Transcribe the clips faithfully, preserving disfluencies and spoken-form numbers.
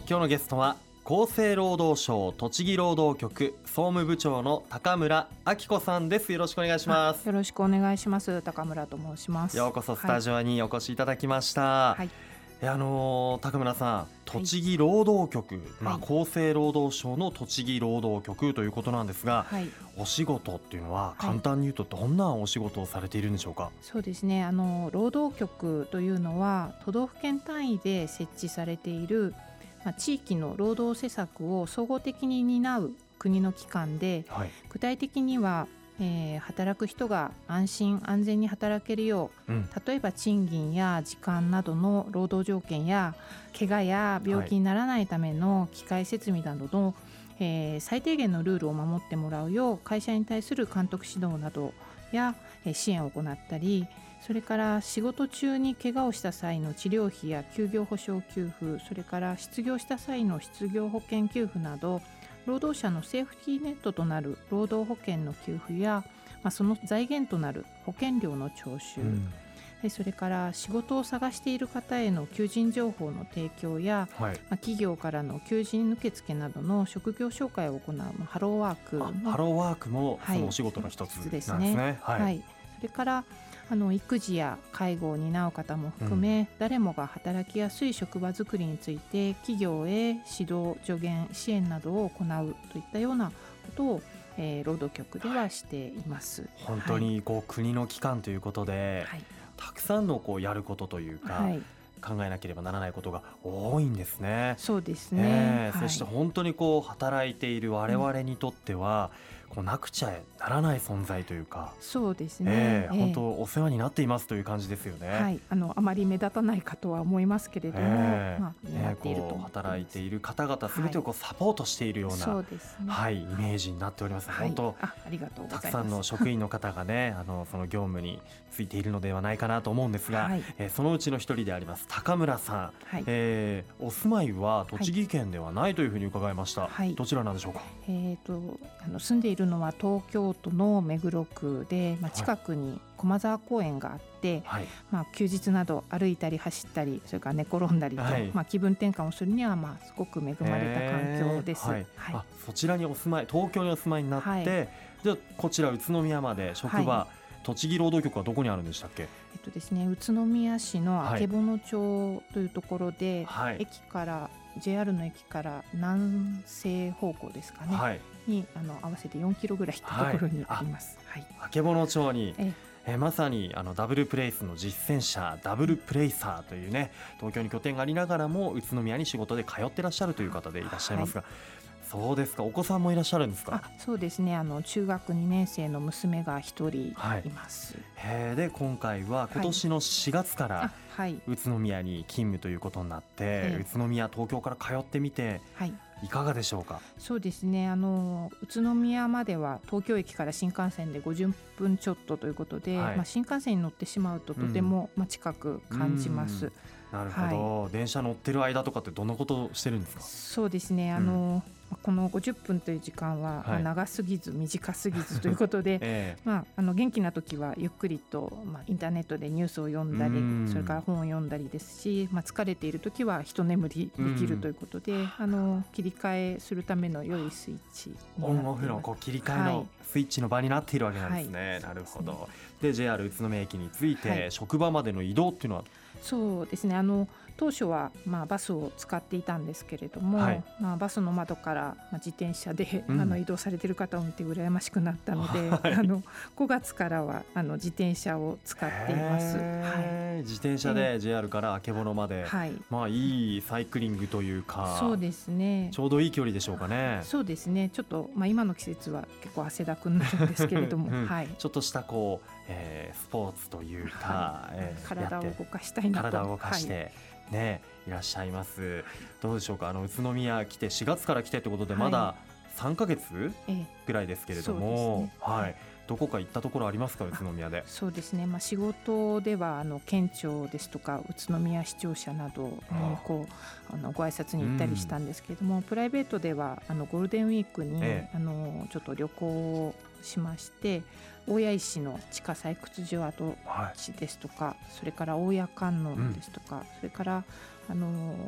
今日のゲストは厚生労働省栃木労働局総務部長の高村明子さんです。よろしくお願いします。 よろしくお願いします。高村と申します。 ようこそスタジオにお越しいただきました、はい、えあのー、高村さん、栃木労働局、はい、まあ、厚生労働省の栃木労働局ということなんですが、はい、お仕事っていうのは簡単に言うとどんなお仕事をされているんでしょうか？はい、 そうですね、あの労働局というのは都道府県単位で設置されている、まあ、地域の労働施策を総合的に担う国の機関で、はい、具体的にはえー、働く人が安心安全に働けるよう、うん、例えば賃金や時間などの労働条件や怪我や病気にならないための機械設備などの、えー、最低限のルールを守ってもらうよう会社に対する監督指導などや、えー、支援を行ったり、それから仕事中に怪我をした際の治療費や休業保障給付、それから失業した際の失業保険給付など労働者のセーフティーネットとなる労働保険の給付や、まあ、その財源となる保険料の徴収、うん、それから仕事を探している方への求人情報の提供や、はい、まあ、企業からの求人受付などの職業紹介を行う、まあ、ハローワークのハローワークもそのお仕事の一つなんですね。はい、ですね。はいはい、 それからあの育児や介護を担う方も含め、うん、誰もが働きやすい職場づくりについて企業へ指導助言支援などを行うといったようなことを、えー、労働局ではしています。 本当にこう、はい、国の機関ということで、はい、たくさんのこうやることというか、はい、考えなければならないことが多いんですね。 そうですね、 えーはい、そして本当にこう働いている我々にとっては、うん、こうなくちゃならない存在というか、 そうですね、 えー、本当お世話になっていますという感じですよね。 はい、あのあまり目立たないかとは思いますけれども、えーまあ、担っていると思っています。 こう働いている方々すべてをこうサポートしているような、 そうですね、 はい、イメージになっております。 はい、 本当あ, ありがとうございます。 たくさんの職員の方がねあのその業務についているのではないかなと思うんですが、はい、えー、そのうちの一人であります高村さん、はい、えー、お住まいは栃木県ではないというふうに伺いました。はい、どちらなんでしょうか？ えー、とあの住んでいるのは東京都の目黒区で、まあ、近くに駒沢公園があって、はい、まあ、休日など歩いたり走ったりそれから寝転んだりと、はい、まあ、気分転換をするにはまあすごく恵まれた環境です。はいはい、 あ、そちらにお住まい、東京にお住まいになって、はい、じゃあこちら宇都宮まで職場、はい、栃木労働局はどこにあるんでしたっけ？ えっとですね、宇都宮市の曙町というところで、はい、駅からジェイアール の駅から南西方向ですかね、はい、にあの合わせてよんキロぐらい行ったところにあります。 はい、曙町にええまさにあのダブルプレイスの実践者ダブルプレイサーというね、東京に拠点がありながらも宇都宮に仕事で通ってらっしゃるという方でいらっしゃいますが、はい、そうですか。お子さんもいらっしゃるんですか？ あ、そうですね、あの中学にねん生の娘が一人います。 はい、へで今回は今年のしがつから宇都宮に勤務ということになって、はい、宇都宮東京から通ってみて、はい、いかがでしょうか？ そうですね、あの宇都宮までは東京駅から新幹線でごじゅっぷんちょっとということで、はい、まあ、新幹線に乗ってしまうととても、うん、まあ、近く感じます。 なるほど、はい、電車乗ってる間とかってどんなことをしてるんですか？ そうですね、あの、うん、このごじゅっぷんという時間は、はい、長すぎず短すぎずということで、えーまあ、あの元気な時はゆっくりと、まあ、インターネットでニュースを読んだり、それから本を読んだりですし、まあ、疲れている時は一眠りできるということで、あの切り替えするための良いスイッチになっています。 オンオフのこう切り替えのスイッチの場になっているわけなんですね。はい、なるほど。で ジェイアール 宇都宮駅について、はい、職場までの移動っていうのは？ そうですね、あの当初はまあバスを使っていたんですけれども、はい、まあ、バスの窓から自転車で、うん、あの移動されている方を見て羨ましくなったので、はい、あのごがつからはあの自転車を使っています。はい、 自転車で ジェイアール から曙まで、はい、まあ、いいサイクリングというか、 そうですね、 ちょうどいい距離でしょうかね。 そうですね、ちょっと、まあ、今の季節は結構汗だくになるんですけれども、うん、はい、 ちょっとしたこう、えー、スポーツというか、はい、えー、 体を動かしたいなと、 体を動かして、はいね、いらっしゃいます。どうでしょうか？あの宇都宮来てしがつから来てということで、まださんかげつぐらいですけれども、ええ、はい、どこか行ったところありますか？宇都宮で。 そうですね、まあ、仕事ではあの県庁ですとか宇都宮市庁舎などにこうあのご挨拶に行ったりしたんですけれども、うん、プライベートではあのゴールデンウィークに、ええ、あのちょっと旅行をしまして、大谷石の地下採掘場跡地ですとか、はい、それから大谷観音ですとか、うん、それからあのこの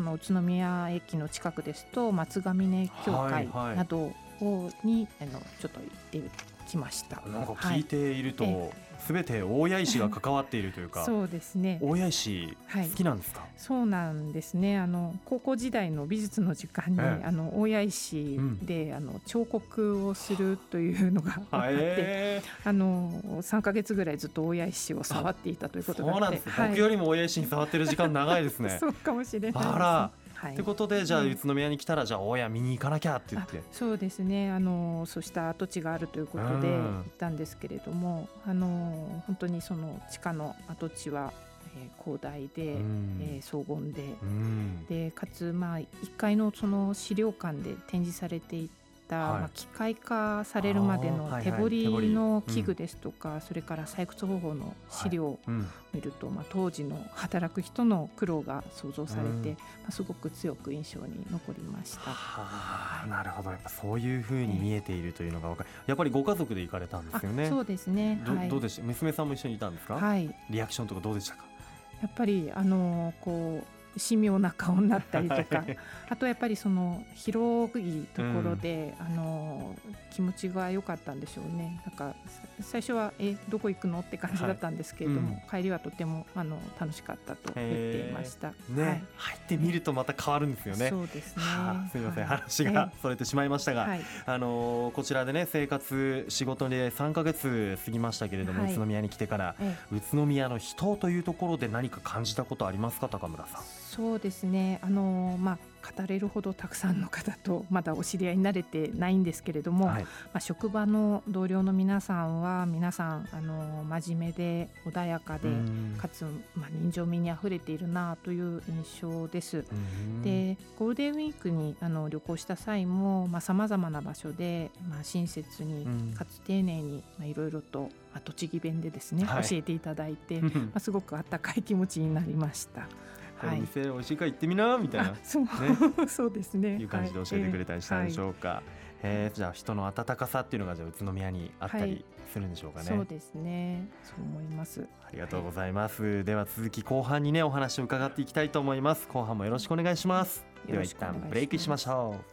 の宇都宮駅の近くですと松ヶ峰教会などに、はいはい、あのちょっと行ってきました。 なんか聞いていると、はい、全て大谷石が関わっているというかそうですね、 大谷石好きなんですか？はい、 そうなんですね。あの高校時代の美術の時間に、ええ、あの大谷石で、うん、あの彫刻をするというのがあって、えー、あのさんかげつぐらいずっと大谷石を触っていたということがあって。 そうなんです、はい、僕よりも大谷石に触ってる時間長いですねそうかもしれないです。 あらはい、ってことでじゃあ宇都宮に来たらじゃあ大谷見に行かなきゃって言って。 そうですね、あのそうした跡地があるということで行ったんですけれども、あの本当にその地下の跡地は、えー、広大で、えー、荘厳で、でかつ、まあ、いっかいのその資料館で展示されていた、はいまあ、機械化されるまでの手彫りの器具ですとか、はいはい、それから採掘方法の資料を見ると、はいうんまあ、当時の働く人の苦労が想像されて、うんまあ、すごく強く印象に残りました。 はあ、なるほど。やっぱそういう風に見えているというのが分かる。やっぱりご家族で行かれたんですよね。 そうですね、 ど、 はい、 どうでした？娘さんも一緒にいたんですか？はい、リアクションとかどうでしたか？ やっぱりあのこう神妙な顔になったりとかあとやっぱりその広いところで、うん、あの気持ちが良かったんでしょうね。なんか最初はえどこ行くのって感じだったんですけれども、はいうん、帰りはとてもあの楽しかったと言っていました、 ねはい、入ってみるとまた変わるんですよね。 そうですね、 はあ、すみません、はい、話がそれてしまいましたが、はい、あのこちらでね生活仕事でさんかげつ過ぎましたけれども、はい、宇都宮に来てから、宇都宮の人というところで何か感じたことありますか？高村さん。 そうですね、あのまあ語れるほどたくさんの方とまだお知り合いになれてないんですけれども、はいまあ、職場の同僚の皆さんは皆さんあの真面目で穏やかでかつ、まあ、人情味にあふれているなという印象です。でゴールデンウィークにあの旅行した際もさまざ、まな場所で、まあ、親切にかつ丁寧にいろいろと、まあ、栃木弁でですね、はい、教えていただいて、まあ、すごく温かい気持ちになりました。 この店美味しいから行ってみなみたいな、 そう、ね、そうですね、 いう感じで教えてくれたりしたんでしょうか。はいえー、じゃあ人の温かさっていうのがじゃあ宇都宮にあったりするんでしょうかね。 はい、そうですね、そう思います。 ありがとうございます、はい、では続き後半にねお話を伺っていきたいと思います。後半もよろしくお願いします。では一旦ブレイクしましょう。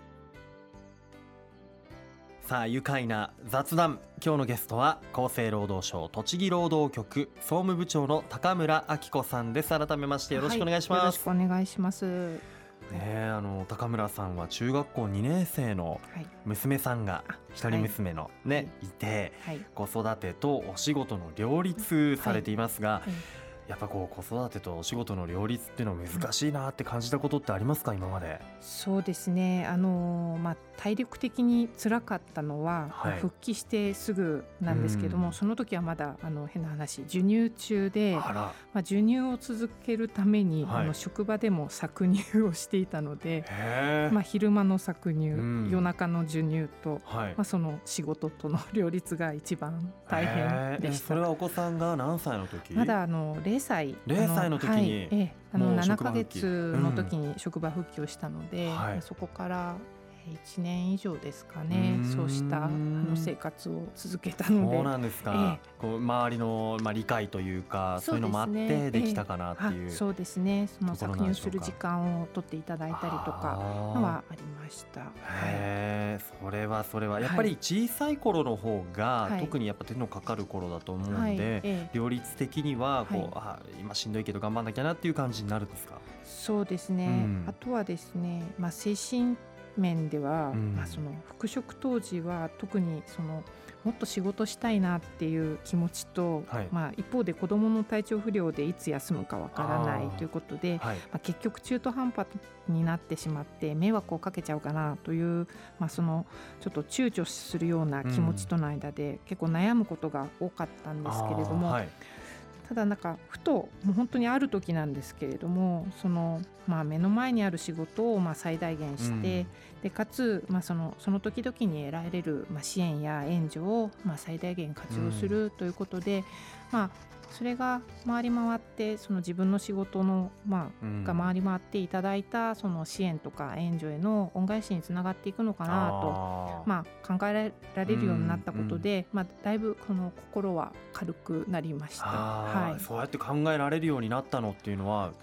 さあ愉快な雑談、今日のゲストは厚生労働省栃木労働局総務部長の高村明子さんです。改めましてよろしくお願いします。はい、よろしくお願いします。 ね、あの高村さんは中学校にねん生の娘さんが一人娘の、ねはい、いて、はい、子育てとお仕事の両立されていますが、はいはい、やっぱこう子育てとお仕事の両立っていうのは難しいなって感じたことってありますか？今まで。 そうですね、あの、まあ、体力的に辛かったのは、はい、復帰してすぐなんですけども、その時はまだあの変な話授乳中で、まあ、授乳を続けるために、はい、あの職場でも搾乳をしていたので、まあ、昼間の搾乳、夜中の授乳と、はいまあ、その仕事との両立が一番大変でした。 それはお子さんが何歳の時？ まだあのれいさいれいさいの時に、はいええ、 あのななかげつの時に職場復帰をしたので、うん、そこからいちねん以上ですかね、うそうしたあの生活を続けたので。 そうなんですか、ええ、こう周りの、まあ、理解というかそういうのもあってできたかなっていう、 ええ、そうですね、その搾乳する時間を取っていただいたりとかはありました。 へー、それはそれはやっぱり小さい頃の方が、はい、特にやっぱ手のかかる頃だと思うんで、はいええ、両立的にはこう、はい、あ今しんどいけど頑張んなきゃなっていう感じになるんですか？ そうですね、うん、あとはですね、まあ、精神面では、うんまあ、その復職当時は特にそのもっと仕事したいなっていう気持ちと、はいまあ、一方で子どもの体調不良でいつ休むかわからないということで、はいまあ、結局中途半端になってしまって迷惑をかけちゃうかなという、まあ、そのちょっと躊躇するような気持ちとの間で、うん、結構悩むことが多かったんですけれども、はいただなんかふともう本当にある時なんですけれども、その、まあ、目の前にある仕事をまあ最大限して、うん、でかつ、まあ、そのその時々に得られるまあ支援や援助をまあ最大限活用するということで、うん、まあそれが回り回ってその自分の仕事の、まあ、が回り回っていただいたその支援とか援助への恩返しにつながっていくのかなと、まあ、考えられるようになったことで、まあ、だいぶこの心は軽くなりました。 はい、そうやって考えられるようになったのっていうのは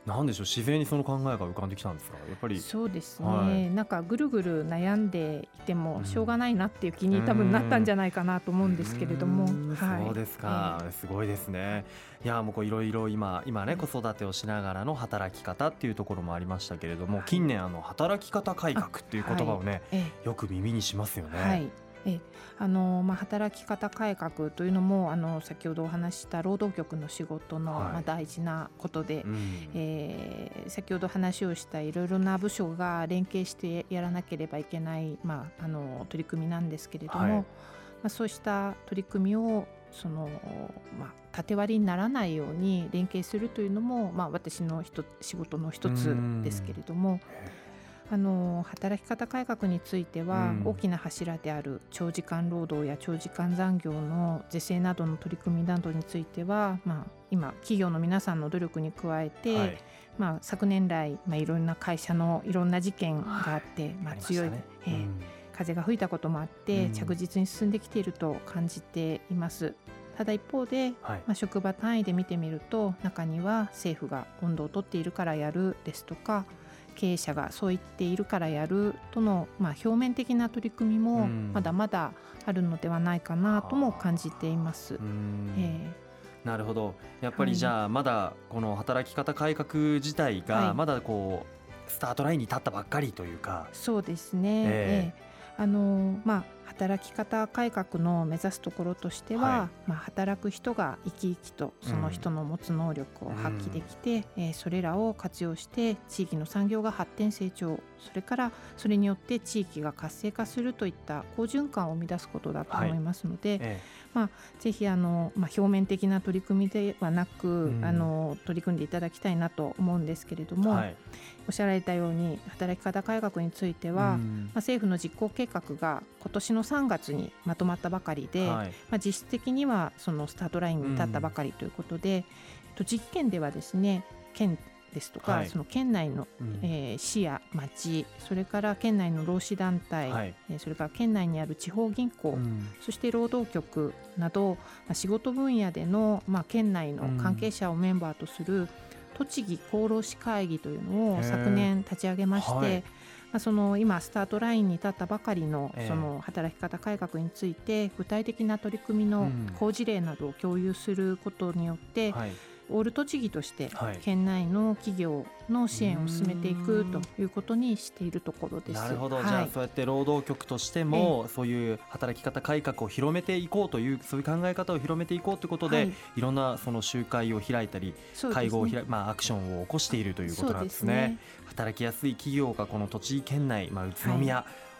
なんでしょう、自然にその考えが浮かんできたんですか？やっぱりそうですね、 はい、 なんかぐるぐる悩んでいてもしょうがないなっていう気に多分なったんじゃないかなと思うんですけれども、 はい、そうですか、えー、すごいですね。いやもうこういろいろ今今ね子育てをしながらの働き方っていうところもありましたけれども、はい、近年あの働き方改革っていう言葉をね、はいえー、よく耳にしますよね。 はいえあのまあ、働き方改革というのもあの先ほどお話しした労働局の仕事の、はいまあ、大事なことで、うんえー、先ほど話をしたいろいろな部署が連携してやらなければいけない、まあ、あの取り組みなんですけれども、はいまあ、そうした取り組みをその、まあ、縦割りにならないように連携するというのも、まあ、私のひと仕事の一つですけれども、あの働き方改革については、うん、大きな柱である長時間労働や長時間残業の是正などの取り組みなどについては、まあ、今企業の皆さんの努力に加えて、はいまあ、昨年来、まあ、いろんな会社のいろんな事件があって、はいまあ、強い、ねえーうん、風が吹いたこともあって、うん、着実に進んできていると感じています。ただ一方で、はいまあ、職場単位で見てみると中には政府が温度を取っているからやるですとか経営者がそう言っているからやるとの、まあ、表面的な取り組みもまだまだあるのではないかなとも感じています。えー、なるほど。やっぱりじゃあまだこの働き方改革自体がまだこうスタートラインに立ったばっかりというか、はい、 そうですね、えー、あのまあ働き方改革の目指すところとしては、はいまあ、働く人が生き生きとその人の持つ能力を発揮できて、うんえー、それらを活用して地域の産業が発展成長、それからそれによって地域が活性化するといった好循環を生み出すことだと思いますので、はいええまあ、ぜひあの、まあ、表面的な取り組みではなく、うん、あの取り組んでいただきたいなと思うんですけれども、はい、おっしゃられたように働き方改革については、うんまあ、政府の実行計画が今年のさんがつにまとまったばかりで、はいまあ、実質的にはそのスタートラインに立ったばかりということで、うん、栃木県ではですね県ですとか、はい、その県内の、うんえー、市や町、それから県内の労使団体、はいえー、それから県内にある地方銀行、うん、そして労働局など、まあ、仕事分野での、まあ、県内の関係者をメンバーとする、うん、栃木厚労士会議というのを昨年立ち上げまして、はいまあ、その今スタートラインに立ったばかり の, その働き方改革について具体的な取り組みの好事例などを共有することによって、うんはいオール栃木として県内の企業の支援を進めていくということにしているところです。 なるほど、 はい、 じゃあそうやって労働局としてもそういう働き方改革を広めていこうというそういう考え方を広めていこうということで、はい、いろんなその集会を開いたり、ね会合を開い、まあ、アクションを起こしているということなんですね。そうですね。働きやすい企業がこの栃木県内、まあ、宇都宮、はい、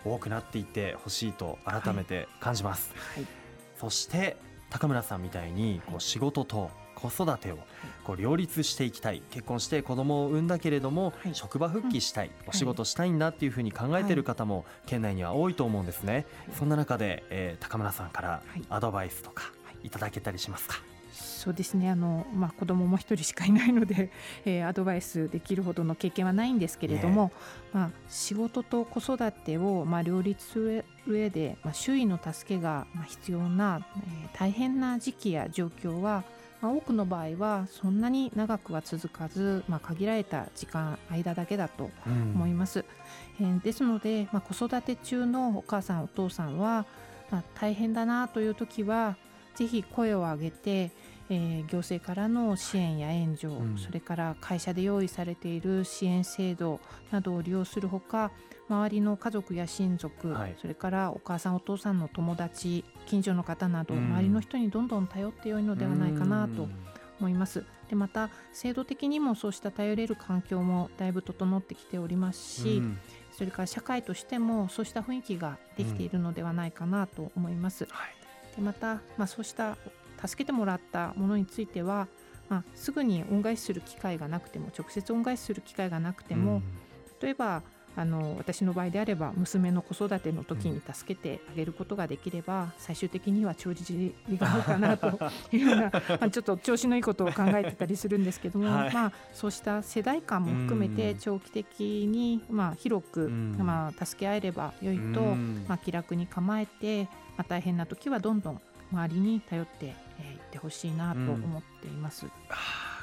多くなっていってほしいと改めて感じます。はいはい、そして高村さんみたいにこう仕事と子育てをこう両立していきたい、結婚して子供を産んだけれども、はい、職場復帰したい、うん、お仕事したいんだっていうふうに考えている方も県内には多いと思うんですね。はい、そんな中で、えー、高村さんからアドバイスとかいただけたりしますか？ そうですね、あの、まあ、子供も一人しかいないので、えー、アドバイスできるほどの経験はないんですけれども、ねまあ、仕事と子育てを、まあ、両立する上で、まあ、周囲の助けが必要な、えー、大変な時期や状況はまあ、多くの場合はそんなに長くは続かず、まあ、限られた時間間だけだと思います。うんえー、ですので、まあ、子育て中のお母さんお父さんは、まあ、大変だなという時はぜひ声を上げて、えー、行政からの支援や援助、うん、それから会社で用意されている支援制度などを利用するほか、周りの家族や親族、はい、それからお母さんお父さんの友達、近所の方など、うん、周りの人にどんどん頼ってよいのではないかなと思います。でまた制度的にもそうした頼れる環境もだいぶ整ってきておりますし、うん、それから社会としてもそうした雰囲気ができているのではないかなと思います。うんはい、でまた、まあ、そうした助けてもらったものについては、まあ、すぐに恩返しする機会がなくても直接恩返しする機会がなくても、うん、例えばあの私の場合であれば娘の子育ての時に助けてあげることができれば最終的には長寿があるかなというようなまあちょっと調子のいいことを考えてたりするんですけども、はいまあ、そうした世代間も含めて長期的にまあ広くまあ助け合えれば良いとまあ気楽に構えて、まあ、大変な時はどんどん周りに頼っていってほしいなと思っています。うん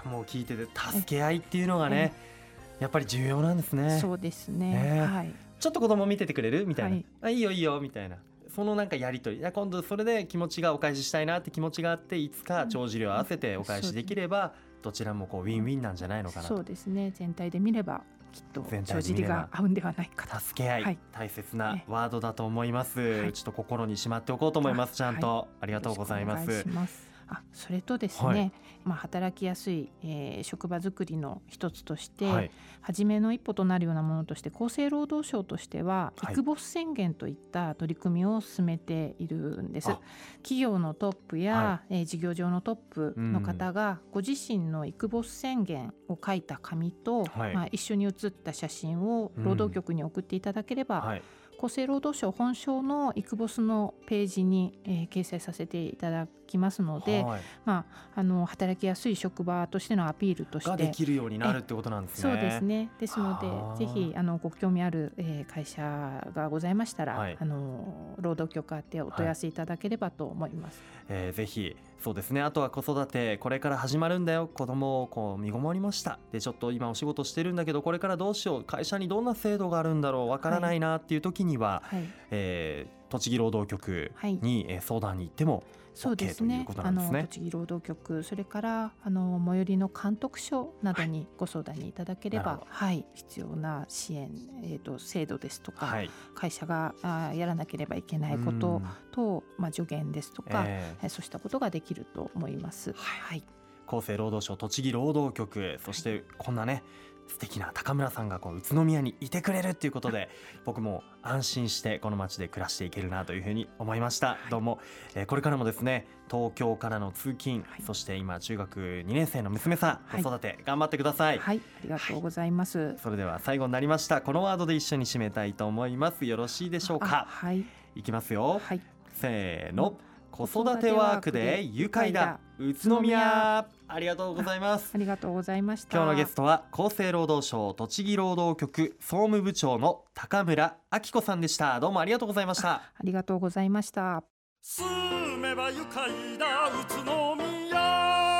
もう聞いてて助け合いっていうのがね、やっぱり重要なんですね。 そうですね、 ね、 はい、 ちょっと子供見ててくれるみたいな、 はい、 あいいよいいよみたいな、そのなんかやり取り、今度それで気持ちがお返ししたいなって気持ちがあって、いつか帳尻を合わせてお返しできればどちらもこうウィンウィンなんじゃないのかなと。 そうですね、全体で見ればきっと帳尻が合うんではないかと。 助け合い、はい、大切なワードだと思います、はい、ちょっと心にしまっておこうと思います。ちゃんと、はい、ありがとうございます。 あ、それとですね、はい、まあ、働きやすい、えー、職場づくりの一つとして、はい、初めの一歩となるようなものとして厚生労働省としては、はい、イクボス宣言といった取り組みを進めているんです。企業のトップや、はい、えー、事業上のトップの方がご自身のイクボス宣言を書いた紙と、はい、まあ、一緒に写った写真を労働局に送っていただければ、はい、厚生労働省本省のイクボスのページに、えー、掲載させていただきますので、はい、まあ、あの働きやすい職場としてのアピールとしてができるようになるってことなんですね。 そうですね。ですのでぜひあのご興味ある、えー、会社がございましたら、はい、あの労働局宛てお問い合わせいただければと思います。 はい、えー、ぜひそうですね。あとは子育てこれから始まるんだよ、子供をこう身ごもりましたで、ちょっと今お仕事してるんだけどこれからどうしよう、会社にどんな制度があるんだろうわからないなっていう時には、はい、えー、栃木労働局に、はい、相談に行っても OK ということなんですね。 あの栃木労働局、それからあの最寄りの監督署などにご相談にいただければ、はい、必要な支援、えーと、制度ですとか、はい、会社があやらなければいけないことと、まあ、助言ですとか、えー、そうしたことができると思います。はい、 厚生労働省栃木労働局、そしてこんなね素敵な高村さんがこう宇都宮にいてくれるっていうことで、僕も安心してこの街で暮らしていけるなというふうに思いました。はい、どうも、えー、これからもですね東京からの通勤、はい、そして今中学にねん生の娘さん、はい、子育て頑張ってください。 はい、ありがとうございます。はい、 それでは最後になりました。このワードで一緒に締めたいと思います。よろしいでしょうか。 はい、 いきますよ。 はい、 せーの。子育てワークで愉快だ宇都宮。ありがとうございます。 ありがとうございました。 今日のゲストは厚生労働省栃木労働局総務部長の高村明子さんでした。どうもありがとうございました。 あ, ありがとうございました。 住めば愉快だ宇都宮。